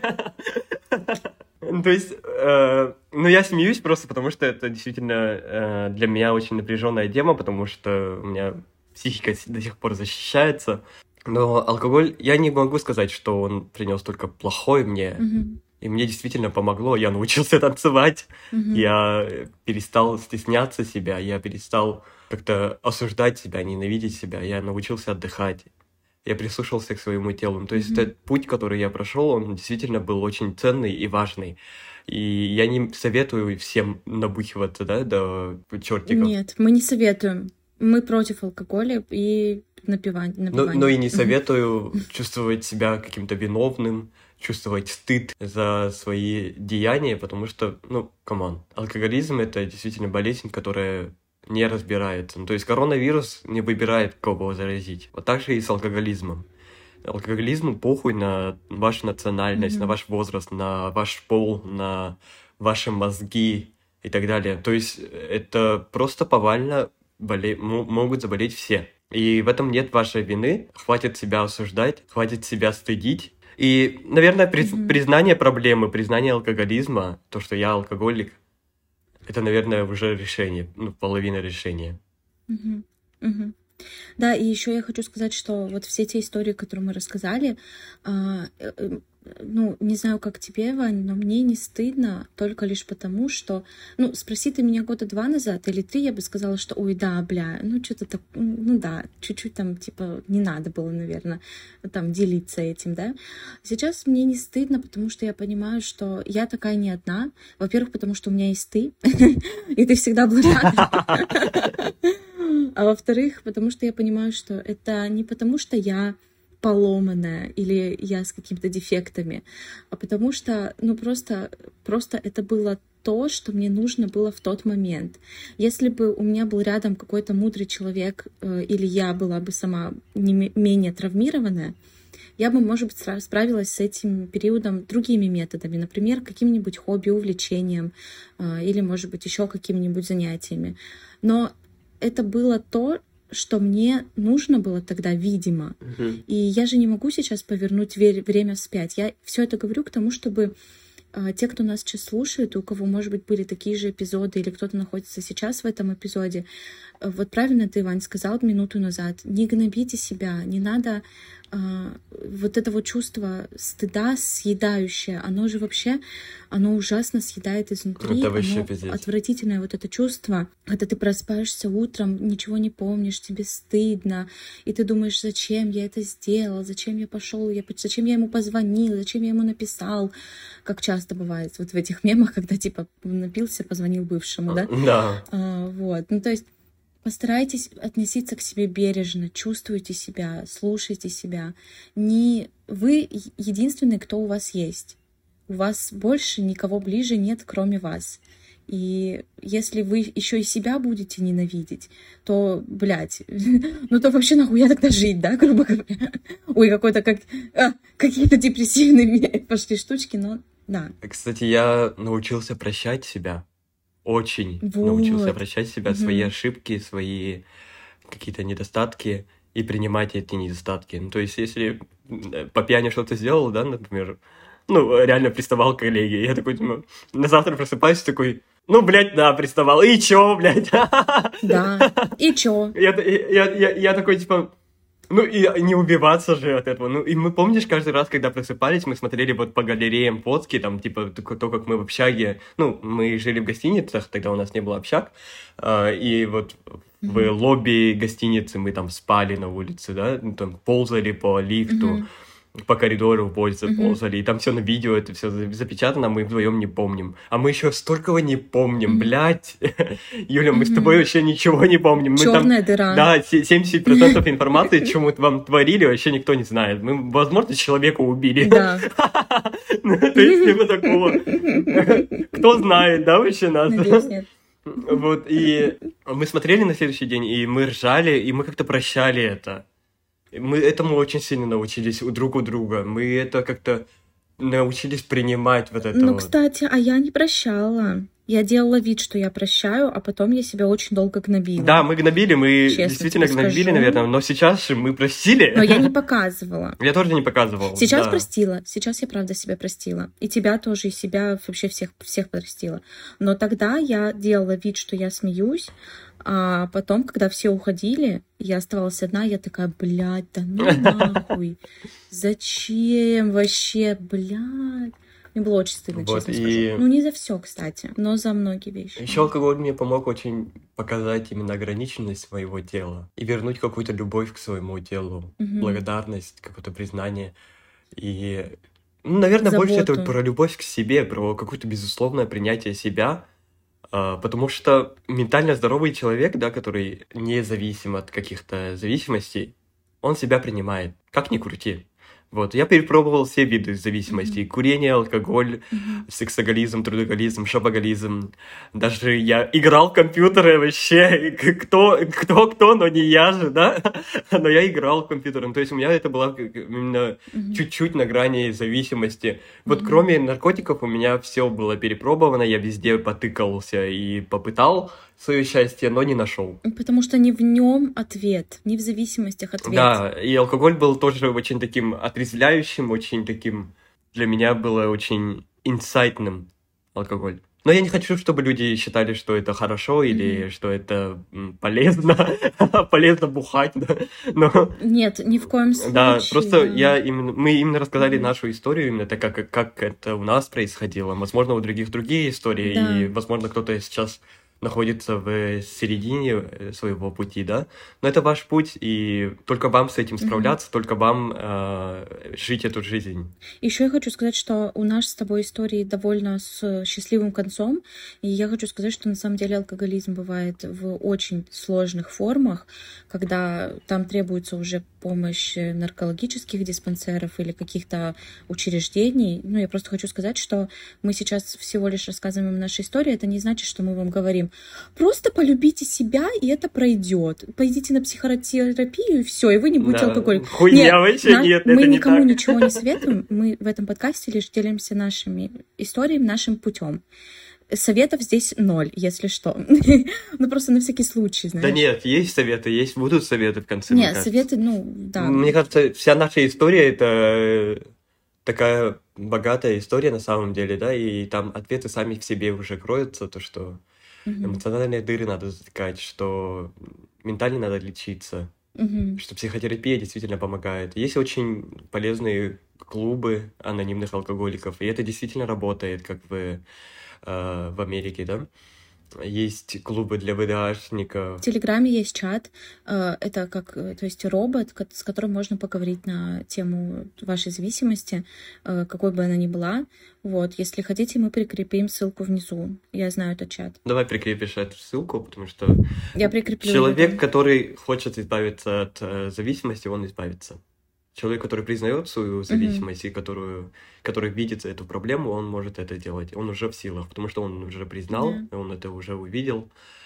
То есть, э, ну, я смеюсь просто, потому что это действительно э, для меня очень напряженная тема, потому что у меня психика до сих пор защищается. Но алкоголь, я не могу сказать, что он принес только плохое мне. Mm-hmm. И мне действительно помогло. Я научился танцевать, mm-hmm. я перестал стесняться себя, я перестал как-то осуждать себя, ненавидеть себя, я научился отдыхать. Я прислушался к своему телу. То есть mm-hmm. этот путь, который я прошел, он действительно был очень ценный и важный. И я не советую всем набухиваться, да, до чертиков. Нет, мы не советуем. Мы против алкоголя и напивания. Но, но и не советую чувствовать себя каким-то виновным, чувствовать стыд за свои деяния, потому что, ну, камон, алкоголизм — это действительно болезнь, которая не разбирается. Ну, то есть коронавирус не выбирает, кого заразить. Вот так же и с алкоголизмом. Алкоголизму похуй на вашу национальность, mm-hmm. на ваш возраст, на ваш пол, на ваши мозги, и так далее. То есть это просто повально боле... могут заболеть все. И в этом нет вашей вины. Хватит себя осуждать, хватит себя стыдить. И, наверное, приз... mm-hmm. признание проблемы, признание алкоголизма, то, что я алкоголик, это, наверное, уже решение, ну, половина решения. Mm-hmm. Mm-hmm. Да, и еще я хочу сказать, что вот все те истории, которые мы рассказали, а, ну, не знаю, как тебе, Вань, но мне не стыдно только лишь потому, что, ну, спроси ты меня года два назад или три, я бы сказала, что, ой, да, бля, ну, что-то так, ну, да, чуть-чуть там, типа, не надо было, наверное, там, делиться этим, да. Сейчас мне не стыдно, потому что я понимаю, что я такая не одна. Во-первых, потому что у меня есть ты, и ты всегда был рядом. А во-вторых, потому что я понимаю, что это не потому, что я поломанная или я с какими-то дефектами, а потому что, ну, просто, просто это было то, что мне нужно было в тот момент. Если бы у меня был рядом какой-то мудрый человек, э, или я была бы сама не менее травмированная, я бы, может быть, справилась с этим периодом другими методами, например, каким-нибудь хобби, увлечением, э, или, может быть, еще какими-нибудь занятиями. Но это было то, что мне нужно было тогда, видимо. Uh-huh. И я же не могу сейчас повернуть время вспять. Я все это говорю к тому, чтобы э, те, кто нас сейчас слушает, у кого, может быть, были такие же эпизоды, или кто-то находится сейчас в этом эпизоде, э, вот правильно ты, Вань, сказал минуту назад, не гнобите себя, не надо э, вот это вот чувство стыда съедающее, оно же вообще, оно ужасно съедает изнутри, это оно отвратительное вот это чувство, когда ты просыпаешься утром, ничего не помнишь, тебе стыдно, и ты думаешь, зачем я это сделал, зачем я пошел, я, зачем я ему позвонил, зачем я ему написал, как часто бывает вот в этих мемах, когда типа напился, позвонил бывшему, да? Да. А, вот, ну то есть постарайтесь относиться к себе бережно, чувствуйте себя, слушайте себя. Не вы единственный, кто у вас есть. У вас больше никого ближе нет, кроме вас. И если вы еще и себя будете ненавидеть, то, блядь, ну то вообще нахуя тогда жить, да, грубо говоря? Ой, какой-то как... А, какие-то депрессивные пошли штучки, но да. Кстати, я научился прощать себя. Очень вот. научился прощать себя, угу. свои ошибки, свои какие-то недостатки и принимать эти недостатки. Ну, то есть, если по пьяни что-то сделал, да, например, ну, реально приставал к коллеге, я такой, ну, на завтра просыпаюсь такой, ну, блядь, да, приставал, и чё, блядь? Да, и чё? Я, я, я, я такой, типа... Ну, и не убиваться же от этого. Ну, и мы, помнишь, каждый раз, когда просыпались, мы смотрели вот по галереям фотки, там, типа, то, как мы в общаге... Ну, мы жили в гостиницах, тогда у нас не было общак, и вот mm-hmm. в лобби гостиницы мы там спали на улице, да, ну, там, ползали по лифту, mm-hmm. по коридору ползали, mm-hmm. ползали, и там все на видео, это все запечатано, мы вдвоем не помним. А мы еще столького не помним, mm-hmm. блядь. Юля, мы mm-hmm. с тобой вообще ничего не помним. Черная там, дыра. Да, семьдесят процентов информации, что мы вам творили, вообще никто не знает. Мы, возможно, человека убили. Да. То есть, типа такого. Кто знает, да, вообще нас? Надеюсь, нет. Вот, и мы смотрели на следующий день, и мы ржали, и мы как-то прощали это. Мы этому очень сильно научились у друг у друга. Мы это как-то научились принимать вот это. Ну, вот. Кстати, а я не прощала. Я делала вид, что я прощаю, а потом я себя очень долго гнобила. Да, мы гнобили, мы Честно действительно гнобили, скажу. наверное, но сейчас же мы простили. Но я не показывала. Я тоже не показывал. Сейчас да. простила. Сейчас я правда себя простила. И тебя тоже, и себя, вообще всех, всех простила. Но тогда я делала вид, что я смеюсь, а потом, когда все уходили, я оставалась одна, я такая, блядь, да ну нахуй. Зачем вообще, блядь? Мне было очень стыдно, вот честно и... скажу. Ну, не за все, кстати, но за многие вещи. Еще алкоголь мне помог очень показать именно ограниченность своего тела и вернуть какую-то любовь к своему телу, угу. благодарность, какое-то признание. И, ну, наверное, Заботу. больше это про любовь к себе, про какое-то безусловное принятие себя, потому что ментально здоровый человек, да, который не зависим от каких-то зависимостей, он себя принимает, как ни крути. Вот, я перепробовал все виды зависимостей. Мгм. Курение, алкоголь, Мгм. сексоголизм, трудоголизм, шопоголизм. Даже я играл в компьютеры вообще. К- Кто, кто, кто, но не я же, да? Но я играл в компьютеры. Ну, то есть у меня это было как именно Мгм. чуть-чуть на грани зависимости. Вот Мгм. кроме наркотиков у меня все было перепробовано. Я везде потыкался и попытал свое счастье, но не нашел. Потому что не в нем ответ, не в зависимостях ответ. Да, и алкоголь был тоже очень таким отрезвляющим, очень таким... Для меня было очень инсайтным алкоголь. Но я не хочу, чтобы люди считали, что это хорошо или Мгм. что это м, полезно, полезно бухать, да. Но Нет, ни в коем да, случае, просто да. я именно, мы именно рассказали Мгм. нашу историю, именно так, как, как это у нас происходило. Возможно, у других другие истории, и, Да. возможно, кто-то сейчас находится в середине э, своего пути, да. Но это ваш путь, и только вам с этим Мгм. справляться, только вам э, жить эту жизнь. Еще я хочу сказать, что у нас с тобой истории довольно с счастливым концом, и я хочу сказать, что на самом деле алкоголизм бывает в очень сложных формах, когда там требуется уже помощь э, наркологических диспансеров или каких-то учреждений. Ну, я просто хочу сказать, что мы сейчас всего лишь рассказываем наши истории, это не значит, что мы вам говорим, просто полюбите себя, и это пройдет. Пойдите на психотерапию, и все, и вы не будете Да, алкоголиком. хуйня Нет, вообще, на- нет, мы это не никому так. ничего не советуем. Мы в этом подкасте лишь делимся нашими историями, нашим путем. Советов здесь ноль, если что. Ну, просто на всякий случай, Да знаешь. нет, есть советы, есть, будут советы в конце, мне Нет, кажется. советы, ну, да. Мне кажется, вся наша история это э, такая богатая история на самом деле, да, и там ответы сами в себе уже кроются, то, что Мгм. эмоциональные дыры надо затыкать, что ментально надо лечиться, Мгм. что психотерапия действительно помогает. Есть очень полезные клубы анонимных алкоголиков, и это действительно работает, как в, э, в Америке, да. Есть клубы для В ВДАшников. Телеграме есть чат, э, это как, э, то есть робот, ко- с которым можно поговорить на тему вашей зависимости, э, какой бы она ни была. Вот, если хотите, мы прикрепим ссылку внизу. Я знаю этот чат. Давай прикрепишь эту ссылку, потому что Я прикреплю человек, его. который хочет избавиться от э, зависимости, он избавится. Человек, который признает свою Мгм. зависимость и которую, который видит эту проблему, он может это делать. Он уже в силах, потому что он уже признал, Да. он это уже увидел.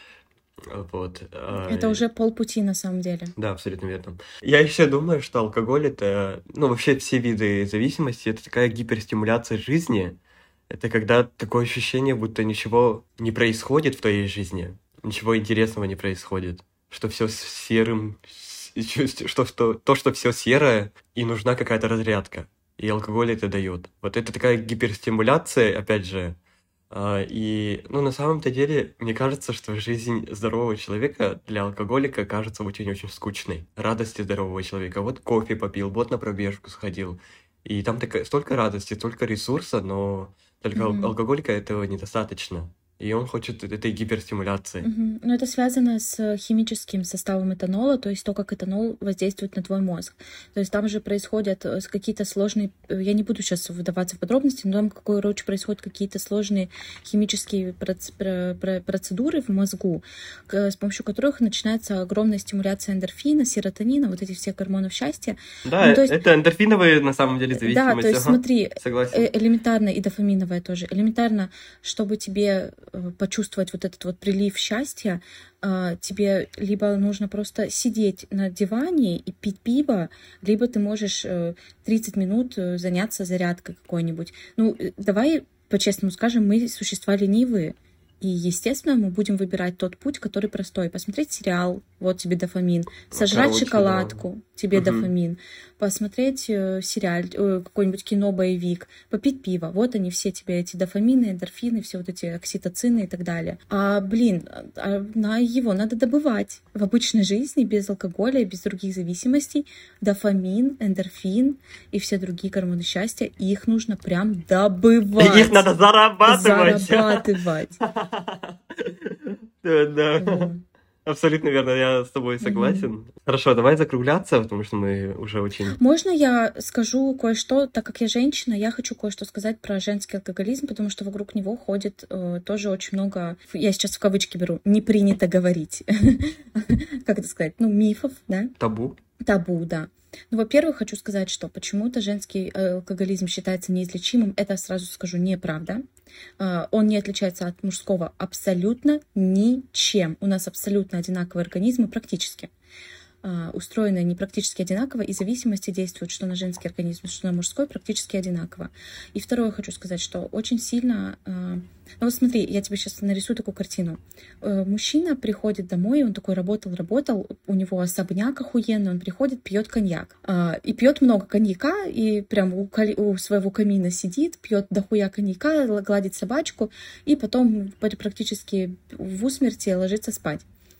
Э, Вот. а, Это уже полпути на самом деле. Да, абсолютно верно. Я еще думаю, что алкоголь это, ну, вообще все виды зависимости, это такая гиперстимуляция жизни. Это когда такое ощущение, будто ничего не происходит в твоей жизни, ничего интересного не происходит, что все серым, с- чувств- что, что то, что все серое, и нужна какая-то разрядка. И алкоголь это дает. Вот это такая гиперстимуляция, опять же. а, И, ну, на самом-то деле, мне кажется, что жизнь здорового человека для алкоголика кажется очень-очень скучной. Радости здорового человека. Вот кофе попил, вот на пробежку сходил. И там такая, столько радости, столько ресурса, но для ал- Мгм. алкоголика этого недостаточно. И он хочет этой гиперстимуляции. Мгм. Но это связано с химическим составом этанола, то есть то, как этанол воздействует на твой мозг. То есть там же происходят э, с- какие-то сложные... э, Я не буду сейчас вдаваться в подробности, но там, короче, происходят какие-то сложные химические проц- про- про- процедуры в мозгу, к- с помощью которых начинается огромная стимуляция эндорфина, серотонина, вот этих всех гормонов счастья. Да, Ну, то есть- это эндорфиновые на самом деле Да, зависимость. то есть ага, смотри, согласен. э, элементарно, и дофаминовая тоже, элементарно, чтобы тебе э, почувствовать вот этот вот прилив счастья, э, тебе либо нужно просто сидеть на диване и пить пиво, либо ты можешь э, тридцать минут э, заняться зарядкой какой-нибудь. Ну, э, давай по-честному скажем, мы существа ленивые. И, естественно, мы будем выбирать тот путь, который простой. Посмотреть сериал, вот тебе дофамин. Сожрать Короче, шоколадку, тебе Мгм. дофамин. Посмотреть э, сериал, э, какой-нибудь кино, боевик. Попить пиво. Вот они все тебе, эти дофамины, эндорфины, все вот эти окситоцины и так далее. А, блин, а на его надо добывать. В обычной жизни, без алкоголя и без других зависимостей, дофамин, эндорфин и все другие гормоны счастья, их нужно прям добывать. Их надо зарабатывать. Зарабатывать. Да, да. Вот. Абсолютно верно, я с тобой согласен. Хорошо, давай закругляться, потому что мы уже очень... Можно я скажу кое-что, так как я женщина, я хочу кое-что сказать про женский алкоголизм, потому что вокруг него ходит э, тоже очень много, я сейчас в кавычки беру, не принято говорить. Как это сказать? Ну, мифов, да? Табу. Табу, да. Ну, во-первых, хочу сказать, что почему-то женский алкоголизм считается неизлечимым. Это, сразу скажу, неправда. Он не отличается от мужского абсолютно ничем. У нас абсолютно одинаковые организмы практически. Устроены не практически одинаково, и зависимости действуют что на женский организм, что на мужской практически одинаково. И второе хочу сказать, что очень сильно... Ну вот смотри, я тебе сейчас нарисую такую картину. Мужчина приходит домой, он такой работал-работал, у него особняк охуенный, он приходит, пьет коньяк. И пьет много коньяка, и прям у, у своего камина сидит, пьет дохуя коньяка, гладит собачку, и потом практически в усмерти ложится спать.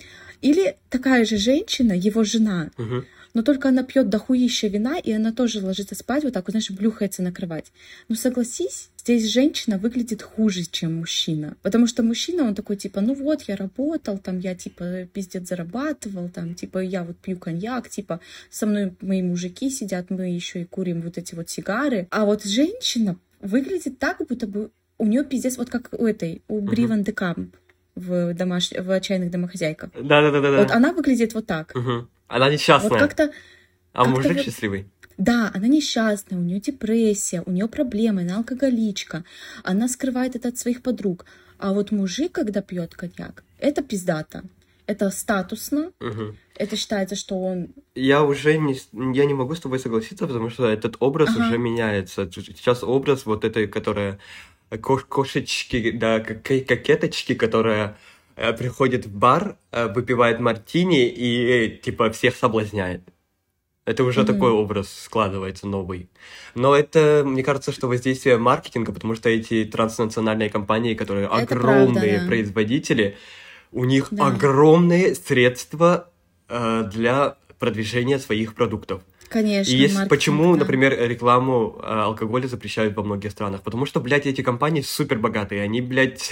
Или такая же женщина, его жена, Мгм. но только она пьет дохуища вина, и она тоже ложится спать, вот так, вот, знаешь, блюхается на кровать. Ну, согласись, здесь женщина выглядит хуже, чем мужчина. Потому что мужчина, он такой, типа, ну вот, я работал, там, я, типа, пиздец зарабатывал, там, типа, я вот пью коньяк, типа, со мной мои мужики сидят, мы еще и курим вот эти вот сигары. А вот женщина выглядит так, будто бы у нее пиздец, вот как у этой, у Бри Мгм. Ван де Камп в, домаш... в «Отчаянных домохозяйках». Вот Да-да-да-да. она выглядит вот так. Мгм. Она Вот несчастная, как-то, а как-то мужик вот, счастливый. да, она несчастная, у нее депрессия, у нее проблемы, она алкоголичка, она скрывает это от своих подруг. А вот мужик, когда пьет коньяк, это пиздато. Это статусно, Мгм. это считается, что он... Я уже не, с- я не могу с тобой согласиться, потому что этот образ уже Ага, меняется. Т- Сейчас образ вот этой, которая ко- кошечки, да, ко- кокеточки, которая э, приходит в бар, э, выпивает мартини и э, типа всех соблазняет. Это уже такой мгм. образ складывается новый. Но это, мне кажется, что воздействие маркетинга, потому что эти транснациональные компании, которые Это правда, огромные да. производители, у них Да, огромные средства э, для продвижения своих продуктов. И конечно, есть маркетинг, почему, да. например, рекламу э, алкоголя запрещают во многих странах. Потому что, блядь, эти компании супер богатые. Они, блядь,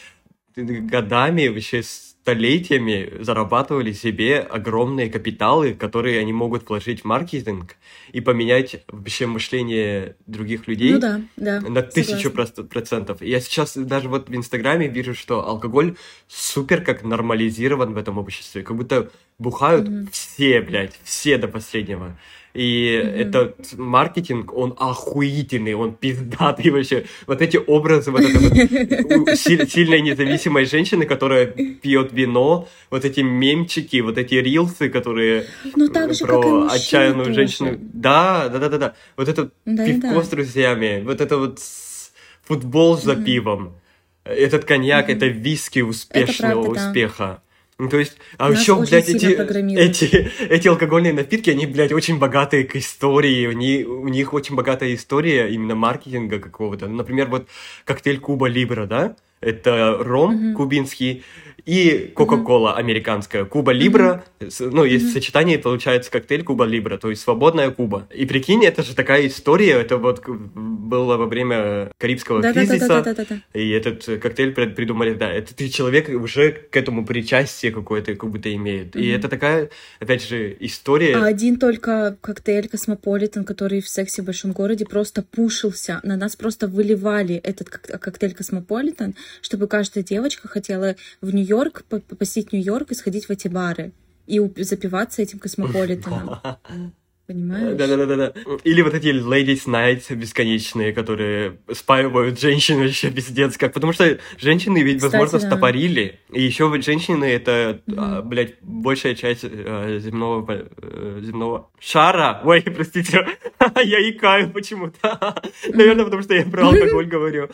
годами, вообще столетиями зарабатывали себе огромные капиталы, которые они могут вложить в маркетинг и поменять вообще мышление других Ну людей да, да, на тысячу согласна. прост- процентов. Я сейчас даже вот в Инстаграме вижу, что алкоголь супер как нормализирован в этом обществе. Как будто бухают Мгм, все, блядь, все до последнего. И мгм. этот маркетинг, он охуительный, он пиздатый вообще. Вот эти образы, вот это вот у- си- сильной независимой женщины, которая пьет вино, вот эти мемчики, вот эти рилсы, которые Ну э, так же, как и про мужчины отчаянную женщину. тоже. Да, да, да, да, да. Вот это пивко Да-да-да. с друзьями, вот это вот с- футбол за Мгм, пивом, этот коньяк, это мгм. виски Это успешного правда, да. успеха. Ну, то есть, а Нас еще, очень блядь, сильно эти, программируют. эти, эти алкогольные напитки, они, блядь, очень богатые к истории, они, у них очень богатая история именно маркетинга какого-то. Ну, например, вот коктейль Куба Либра, да? Это ром Мгм, кубинский и мгм, Кока-Кола американская. Куба мгм, Либра, с- ну, есть в мгм, сочетании получается коктейль Куба Либра, то есть свободная Куба. И прикинь, это же такая история, это вот к- было во время Карибского кризиса, Да-да-да-да-да-да-да. и этот э, коктейль пред- придумали, да, это ты человек уже к этому причастие какое-то как будто имеет. И это Мгм. такая, опять же, А история. один только коктейль «Космополитен», который в «Сексе в большом городе» просто пушился. На нас просто выливали этот кок- коктейль «Космополитен», чтобы каждая девочка хотела в Нью-Йорк, по- посетить Нью-Йорк и сходить в эти бары и уп- запиваться этим «Космополитеном». Понимаешь? Да-да-да-да. Или вот эти ladies nights бесконечные, которые спаивают женщин вообще пиздец как. Потому что женщины ведь, возможно, Кстати, да. стопорили. И еще вот женщины это, а, Мгм. блядь, большая часть э, земного, э, земного шара. Ой, простите, я икаю почему-то. Наверное, потому что я про алкоголь говорю.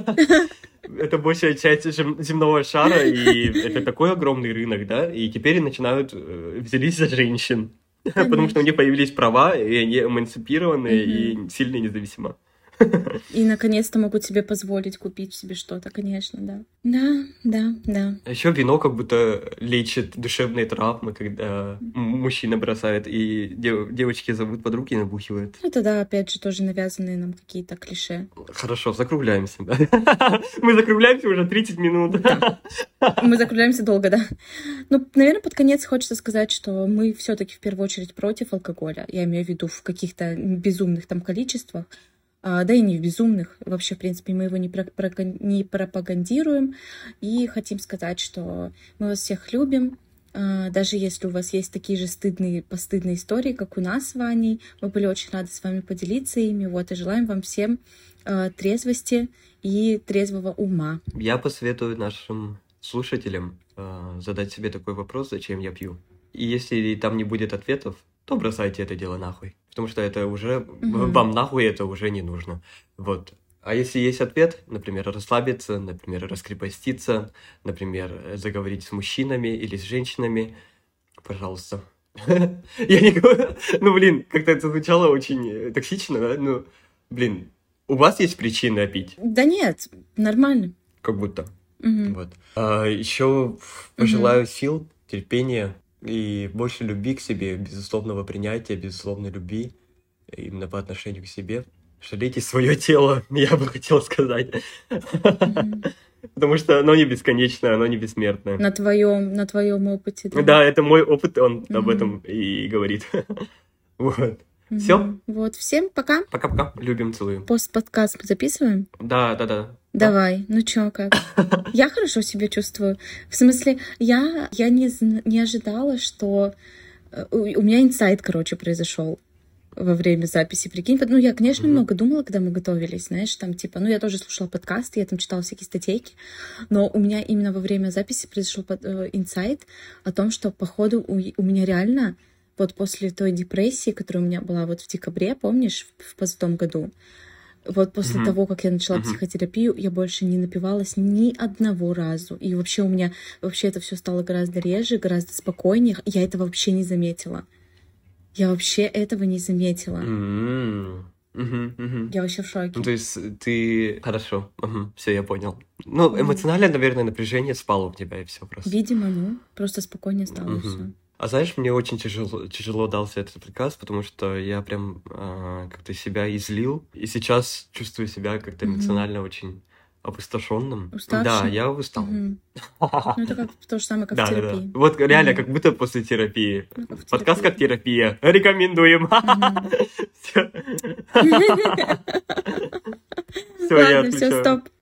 Это большая часть зем- земного шара, и это такой огромный рынок, да, и теперь начинают э, взялись за женщин, потому что у них Конечно. появились права, и они эмансипированные Мгм. и сильно независимо. И наконец-то могут себе позволить купить себе что-то, конечно, да. Да, да, да. А еще вино как будто лечит душевные травмы, когда м- мужчина бросает, и дев- девочки зовут подруги и набухивают. Это, да, опять же, тоже навязанные нам какие-то клише. Хорошо, закругляемся, да? Мы закругляемся уже тридцать минут. Да. Мы закругляемся долго, да. Ну, наверное, под конец хочется сказать, что мы все-таки в первую очередь против алкоголя. Я имею в виду в каких-то безумных там количествах. А, да и не в безумных. Вообще, в принципе, мы его не, про- прока- не пропагандируем. И хотим сказать, что мы вас всех любим. Даже если у вас есть такие же стыдные, постыдные истории, как у нас с Ваней, мы были очень рады с вами поделиться ими. Вот, и желаем вам всем э, трезвости и трезвого ума. Я посоветую нашим слушателям э, задать себе такой вопрос, зачем я пью. И если там не будет ответов, то бросайте это дело нахуй. Потому что это уже... Mm-hmm. Вам нахуй это уже не нужно. Вот. А если есть ответ, например, расслабиться, например, раскрепоститься, например, заговорить с мужчинами или с женщинами, пожалуйста. Я не говорю... Ну, блин, как-то это звучало очень токсично, да? Ну, блин, у вас есть причины пить? Да нет, нормально. Как будто. Угу. Вот. А еще пожелаю угу. сил, терпения и больше любви к себе, безусловного принятия, безусловной любви именно по отношению к себе. Жалейте свое тело, я бы хотел сказать. Mm-hmm. Потому что оно не бесконечное, оно не бессмертное. На твоем, на твоем опыте. Да? Да, это мой опыт, он mm-hmm. об этом и говорит. Вот. Mm-hmm. Все? Вот, всем пока. Пока-пока. Любим, целуем. Пост-подкаст мы записываем? Да, да, да. Давай, ну чё, как? Я хорошо себя чувствую. В смысле, я, я не, не ожидала, что... У меня инсайт, короче, произошел во время записи, прикинь. Ну, я, конечно, mm-hmm. много думала, когда мы готовились, знаешь, там, типа, ну, я тоже слушала подкасты, я там читала всякие статейки, но у меня именно во время записи произошел э, инсайт о том, что, походу, у, у меня реально, вот после той депрессии, которая у меня была вот в декабре, помнишь, в, в позатом году, вот после mm-hmm. того, как я начала mm-hmm. психотерапию, я больше не напивалась ни одного разу. И вообще у меня, вообще это все стало гораздо реже, гораздо спокойнее. Я этого вообще не заметила. Я вообще этого не заметила. Mm-hmm. Mm-hmm. Mm-hmm. Я вообще в шоке. Ну, то есть ты... Хорошо. Угу. Все, я понял. Ну, эмоциональное, наверное, напряжение спало у тебя, и все просто. Видимо, ну, просто спокойнее стало, mm-hmm. и все. А знаешь, мне очень тяжело, тяжело дался этот приказ, потому что я прям а, как-то себя излил, и сейчас чувствую себя как-то эмоционально mm-hmm. очень опустошенным. Уставшим? Да, я устал. Mm-hmm. Ну, это как то же самое, как да, в терапии. Да, да. Вот реально, mm-hmm. как будто после терапии. Ну, как подкаст как терапия. Рекомендуем. Mm-hmm. Все. Ладно, все, стоп.